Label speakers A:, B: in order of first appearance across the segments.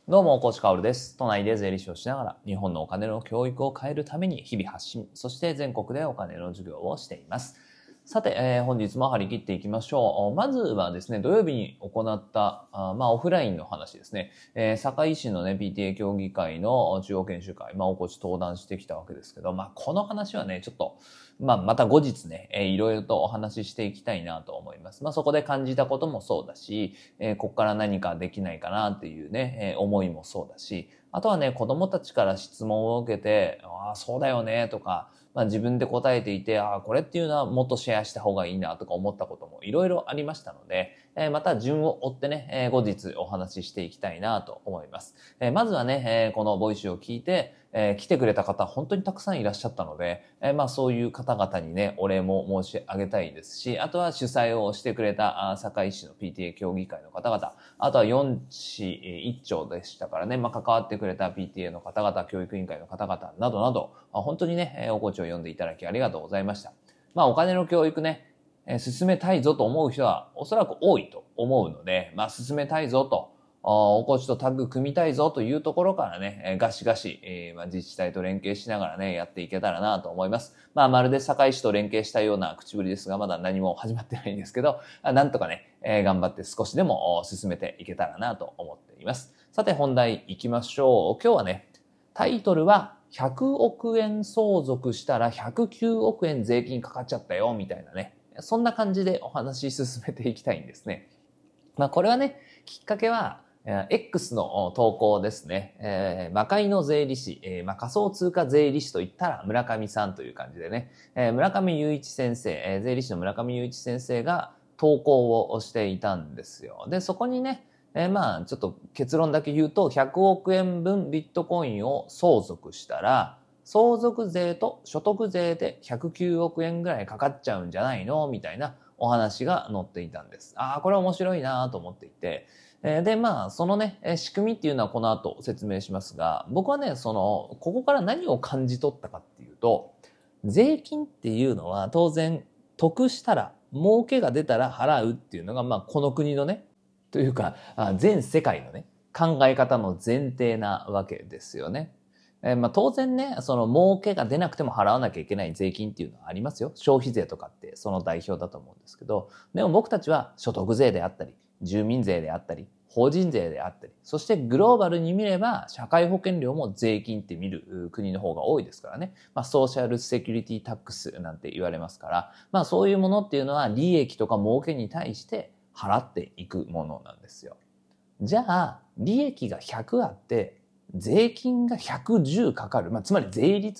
A: どうも、コーチカオルです。都内で税理士をしながら、日本のお金の教育を変えるために日々発信、そして全国でお金の授業をしています。さて、本日も張り切っていきましょう。まずはですね、土曜日に行ったオフラインの話ですね。堺市のね、PTA 協議会の中央研修会、おこち登壇してきたわけですけど、この話はね、ちょっと、また後日ね、いろいろとお話ししていきたいなと思います。そこで感じたこともそうだし、ここから何かできないかなっていうね、思いもそうだし、あとはね、子供たちから質問を受けて、そうだよね、とか、自分で答えていて、これっていうのはもっとシェアした方がいいなとか思ったこともいろいろありましたので、また順を追ってね、後日お話ししていきたいなと思います。まずはね、このボイシーを聞いて、来てくれた方本当にたくさんいらっしゃったので、そういう方々にね、お礼も申し上げたいですし、あとは主催をしてくれた堺市の PTA 協議会の方々、あとは4市1町でしたからね、関わってくれた PTA の方々、教育委員会の方々などなど、本当にね、おコーチを読んでいただきありがとうございました。お金の教育ね、進めたいぞと思う人はおそらく多いと思うので、進めたいぞと、おコーチとタッグ組みたいぞというところからね、ガシガシ、自治体と連携しながらね、やっていけたらなと思います。まるで堺市と連携したような口ぶりですが、まだ何も始まってないんですけど、なんとかね、頑張って少しでも進めていけたらなと思っています。さて本題行きましょう。今日はね、タイトルは100億円相続したら109億円税金かかっちゃったよ、みたいなね。そんな感じでお話し進めていきたいんですね。これはね、きっかけは、X の投稿ですね。魔界の税理士、仮想通貨税理士といったら村上さんという感じでね、村上雄一先生、税理士の村上雄一先生が投稿をしていたんですよ。で、そこにね、ちょっと結論だけ言うと、100億円分ビットコインを相続したら、相続税と所得税で109億円ぐらいかかっちゃうんじゃないのみたいなお話が載っていたんです。これ面白いなと思っていて、で、そのね、仕組みっていうのはこの後説明しますが、僕はね、ここから何を感じ取ったかっていうと、税金っていうのは当然、得したら、儲けが出たら払うっていうのが、この国のね、というか、全世界のね、考え方の前提なわけですよね。当然ね、その儲けが出なくても払わなきゃいけない税金っていうのはありますよ。消費税とかってその代表だと思うんですけど、でも僕たちは所得税であったり、住民税であったり、法人税であったり、そしてグローバルに見れば社会保険料も税金って見る国の方が多いですからね。ソーシャルセキュリティタックスなんて言われますから、そういうものっていうのは利益とか儲けに対して払っていくものなんですよ。じゃあ、利益が100あって、税金が110かかる。つまり税率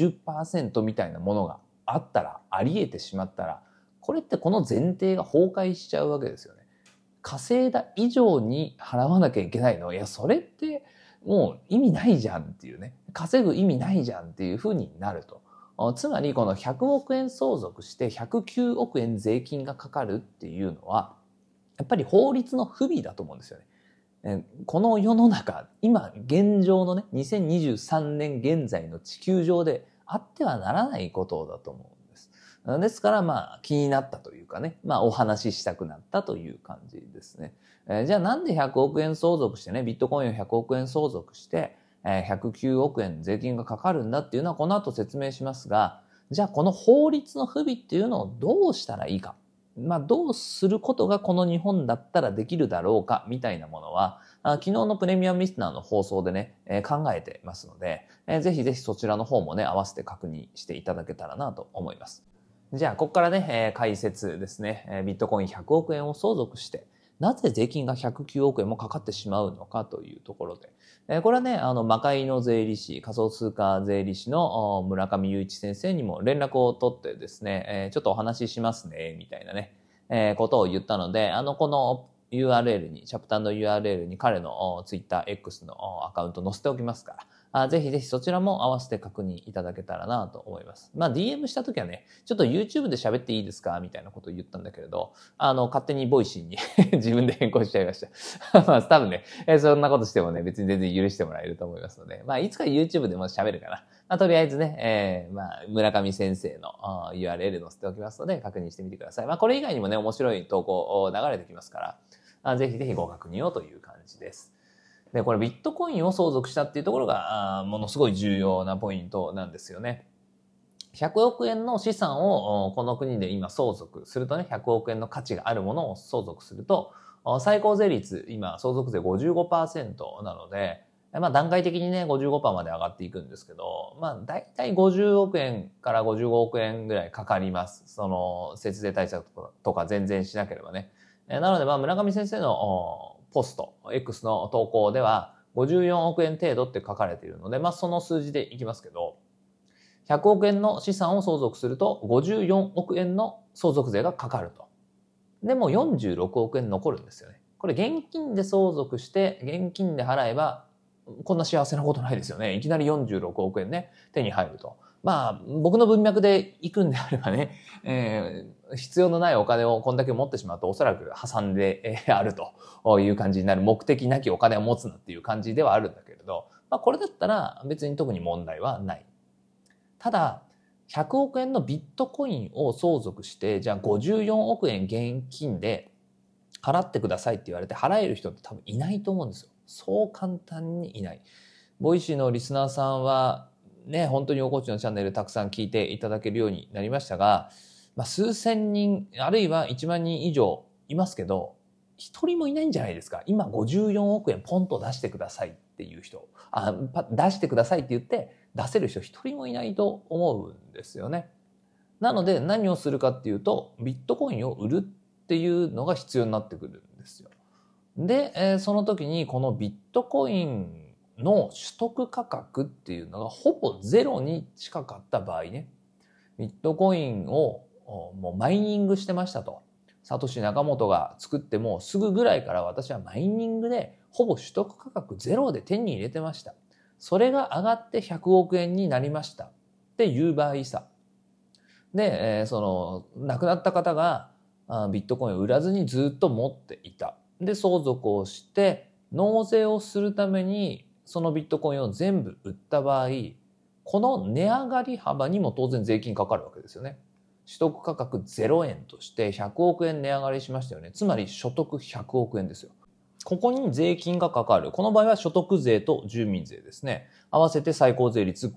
A: 110% みたいなものがあったら、あり得てしまったら、これってこの前提が崩壊しちゃうわけですよね。稼いだ以上に払わなきゃいけないの。いや、それってもう意味ないじゃんっていうね。稼ぐ意味ないじゃんっていうふうになると。つまりこの100億円相続して109億円税金がかかるっていうのは、やっぱり法律の不備だと思うんですよね。この世の中、今現状のね、2023年現在の地球上であってはならないことだと思うんです。ですから気になったというかね、お話ししたくなったという感じですね。じゃあなんで100億円相続してね、ビットコインを100億円相続して、109億円税金がかかるんだっていうのはこの後説明しますが、じゃあこの法律の不備っていうのをどうしたらいいか。どうすることがこの日本だったらできるだろうかみたいなものは、昨日のプレミアムリスナーの放送でね、考えてますので、ぜひぜひそちらの方もね、合わせて確認していただけたらなと思います。じゃあ、ここからね、解説ですね。ビットコイン100億円を相続して、なぜ税金が109億円もかかってしまうのかというところで。これはね、魔界の税理士、仮想通貨税理士の村上雄一先生にも連絡を取ってですね、ちょっとお話ししますね、みたいなね、ことを言ったので、この URL に、チャプターの URL に彼の Twitter X のアカウント載せておきますから、ぜひぜひそちらも合わせて確認いただけたらなと思います。DM したときはね、ちょっと YouTube で喋っていいですかみたいなことを言ったんだけれど、勝手にボイシーに自分で変更しちゃいました。多分ね、そんなことしてもね、別に全然許してもらえると思いますので、いつか YouTube でも喋るかな。とりあえずね、村上先生の URL 載せておきますので、確認してみてください。これ以外にもね、面白い投稿流れてきますから、ぜひぜひご確認をという感じです。 で、これビットコインを相続したっていうところが、ものすごい重要なポイントなんですよね。100億円の資産をこの国で今相続するとね、100億円の価値があるものを相続すると、最高税率、今相続税 55% なので、段階的にね、55% まで上がっていくんですけど、だいたい50億円から55億円ぐらいかかります。その、節税対策とか全然しなければね。なので、村上先生のポスト、X の投稿では、54億円程度って書かれているので、その数字でいきますけど、100億円の資産を相続すると54億円の相続税がかかると。でも46億円残るんですよね。これ現金で相続して現金で払えばこんな幸せなことないですよね。いきなり46億円ね、手に入ると。僕の文脈で行くんであればね、必要のないお金をこんだけ持ってしまうとおそらく破産であるという感じになる。目的なきお金を持つなっていう感じではあるんだけれど、これだったら別に特に問題はない。ただ、100億円のビットコインを相続して、じゃあ54億円現金で払ってくださいって言われて払える人って多分いないと思うんですよ。そう簡単にいない。ボイシーのリスナーさんはね、本当におこっちのチャンネルたくさん聞いていただけるようになりましたが、数千人、あるいは1万人以上いますけど、一人もいないんじゃないですか。今54億円ポンと出してくださいっていう人。出してくださいって言って出せる人一人もいないと思うんですよね。なので何をするかっていうと、ビットコインを売るっていうのが必要になってくるんですよ。で、その時にこのビットコインの取得価格っていうのがほぼゼロに近かった場合ね、ビットコインをもうマイニングしてましたと。サトシ・ナカモトが作ってもすぐぐらいから私はマイニングでほぼ取得価格ゼロで手に入れてました。それが上がって100億円になりましたっていう場合さ。で、亡くなった方がビットコインを売らずにずっと持っていた。で、相続をして納税をするためにそのビットコインを全部売った場合、この値上がり幅にも当然税金かかるわけですよね。取得価格0円として100億円値上がりしましたよね。つまり所得100億円ですよ。ここに税金がかかる。この場合は所得税と住民税ですね。合わせて最高税率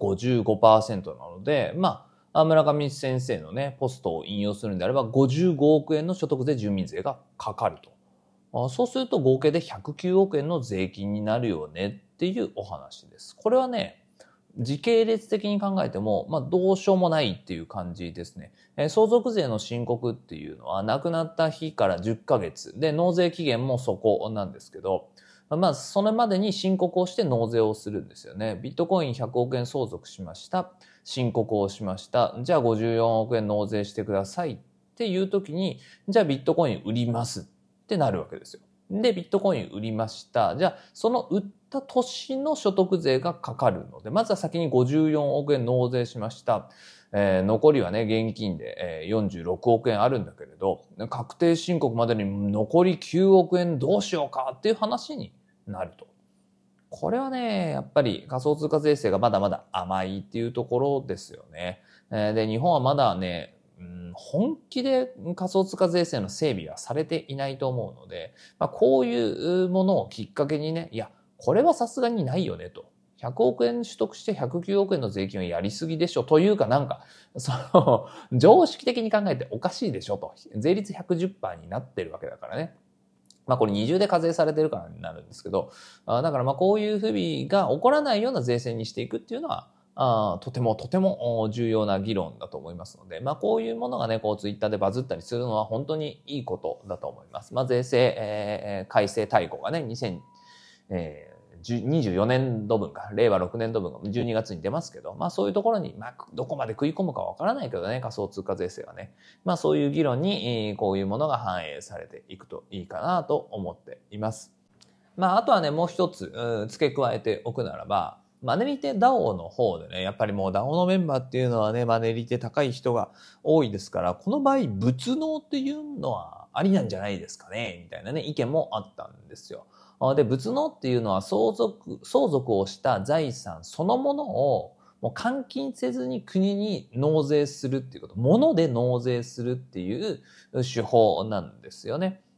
A: 55% なので、村上先生のね、ポストを引用するんであれば55億円の所得税住民税がかかると。そうすると合計で109億円の税金になるよねっていうお話です。これはね、時系列的に考えても、どうしようもないっていう感じですね。相続税の申告っていうのは亡くなった日から10ヶ月で納税期限もそこなんですけど、それまでに申告をして納税をするんですよね。ビットコイン100億円相続しました。申告をしました。じゃあ54億円納税してくださいっていう時に、じゃあビットコイン売りますってなるわけですよ。で、ビットコイン売りました。じゃあ、その売った年の所得税がかかるので、まずは先に54億円納税しました。残りはね、現金で、46億円あるんだけれど、確定申告までに残り9億円どうしようかっていう話になると。これはね、やっぱり仮想通貨税制がまだまだ甘いっていうところですよね。で、日本はまだね、本気で仮想通貨税制の整備はされていないと思うので、こういうものをきっかけにね、いや、これはさすがにないよねと。100億円取得して109億円の税金をやりすぎでしょというか常識的に考えておかしいでしょと。税率 110% になってるわけだからね。これ二重で課税されてるからになるんですけど、だからこういう不備が起こらないような税制にしていくっていうのは、とても重要な議論だと思いますので、こういうものがね、ツイッターでバズったりするのは本当にいいことだと思います。税制、改正大綱がね、2024年度分か、令和6年度分が12月に出ますけど、そういうところに、どこまで食い込むかわからないけどね、仮想通貨税制はね。そういう議論に、こういうものが反映されていくといいかなと思っています。あとはね、もう一つ、付け加えておくならば、マネリテ DAO の方でね、やっぱりもう DAO のメンバーっていうのはね、マネリテ高い人が多いですから、この場合、物納っていうのはありなんじゃないですかね、みたいなね、意見もあったんですよ。で、物納っていうのは相続をした財産そのものをもう換金せずに国に納税するっていうこと、物で納税するっていう手法なんですよね。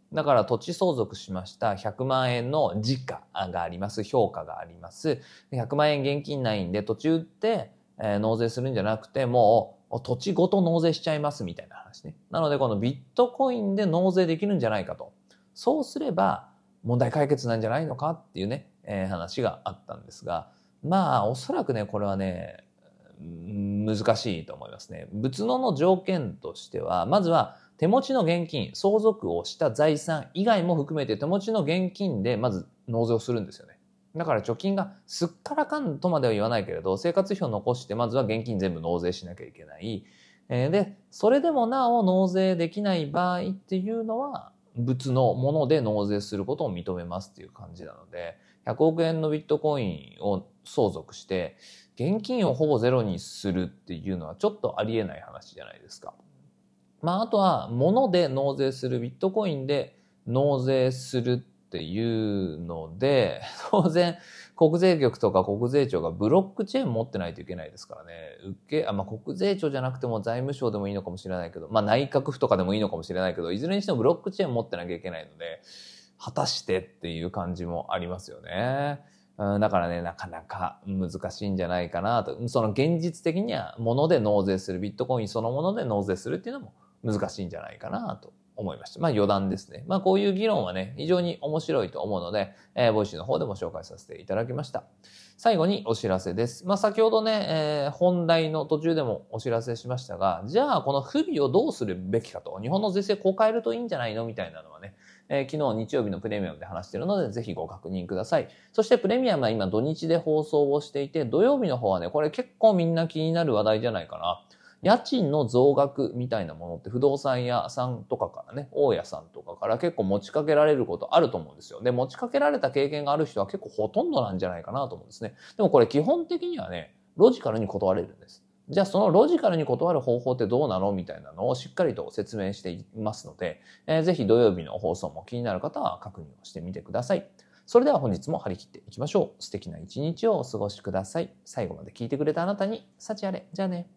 A: だから土地相続しました100万円の時価があります。評価があります。100万円現金ないんで土地売って納税するんじゃなくてもう土地ごと納税しちゃいますみたいな話ね。なのでこのビットコインで納税できるんじゃないかと。そうすれば問題解決なんじゃないのかっていうね、話があったんですが、まあおそらくねこれはね難しいと思いますね。仏納の条件としてはまずは手持ちの現金、相続をした財産以外も含めて手持ちの現金でまず納税をするんですよね。だから貯金がすっからかんとまでは言わないけれど、生活費を残してまずは現金全部納税しなきゃいけない。で、それでもなお納税できない場合っていうのは、物のもので納税することを認めますっていう感じなので、100億円のビットコインを相続して、現金をほぼゼロにするっていうのはちょっとありえない話じゃないですか。まあ、あとは、物で納税する、ビットコインで納税するっていうので、当然、国税局とか国税庁がブロックチェーン持ってないといけないですからね。まあ、国税庁じゃなくても財務省でもいいのかもしれないけど、まあ、内閣府とかでもいいのかもしれないけど、いずれにしてもブロックチェーン持ってなきゃいけないので、果たしてっていう感じもありますよね。だからね、なかなか難しいんじゃないかなと。その現実的には物で納税する、ビットコインそのもので納税するっていうのも難しいんじゃないかなと思いました。まあ余談ですね。まあこういう議論はね、非常に面白いと思うので、ボイシーの方でも紹介させていただきました。最後にお知らせです。まあ先ほどね、本題の途中でもお知らせしましたが、じゃあこの不備をどうするべきかと、日本の税制こう変えるといいんじゃないのみたいなのはね、昨日日曜日のプレミアムで話しているので、ぜひご確認ください。そしてプレミアムは今土日で放送をしていて、土曜日の方はね、これ結構みんな気になる話題じゃないかな。家賃の増額みたいなものって不動産屋さんとかからね、大家さんとかから結構持ちかけられることあると思うんですよ。で、持ちかけられた経験がある人は結構ほとんどなんじゃないかなと思うんですね。でもこれ基本的にはね、ロジカルに断れるんです。じゃあそのロジカルに断る方法ってどうなのみたいなのをしっかりと説明していますので、ぜひ土曜日の放送も気になる方は確認をしてみてください。それでは本日も張り切っていきましょう。素敵な一日をお過ごしください。最後まで聞いてくれたあなたに幸あれ。じゃあね。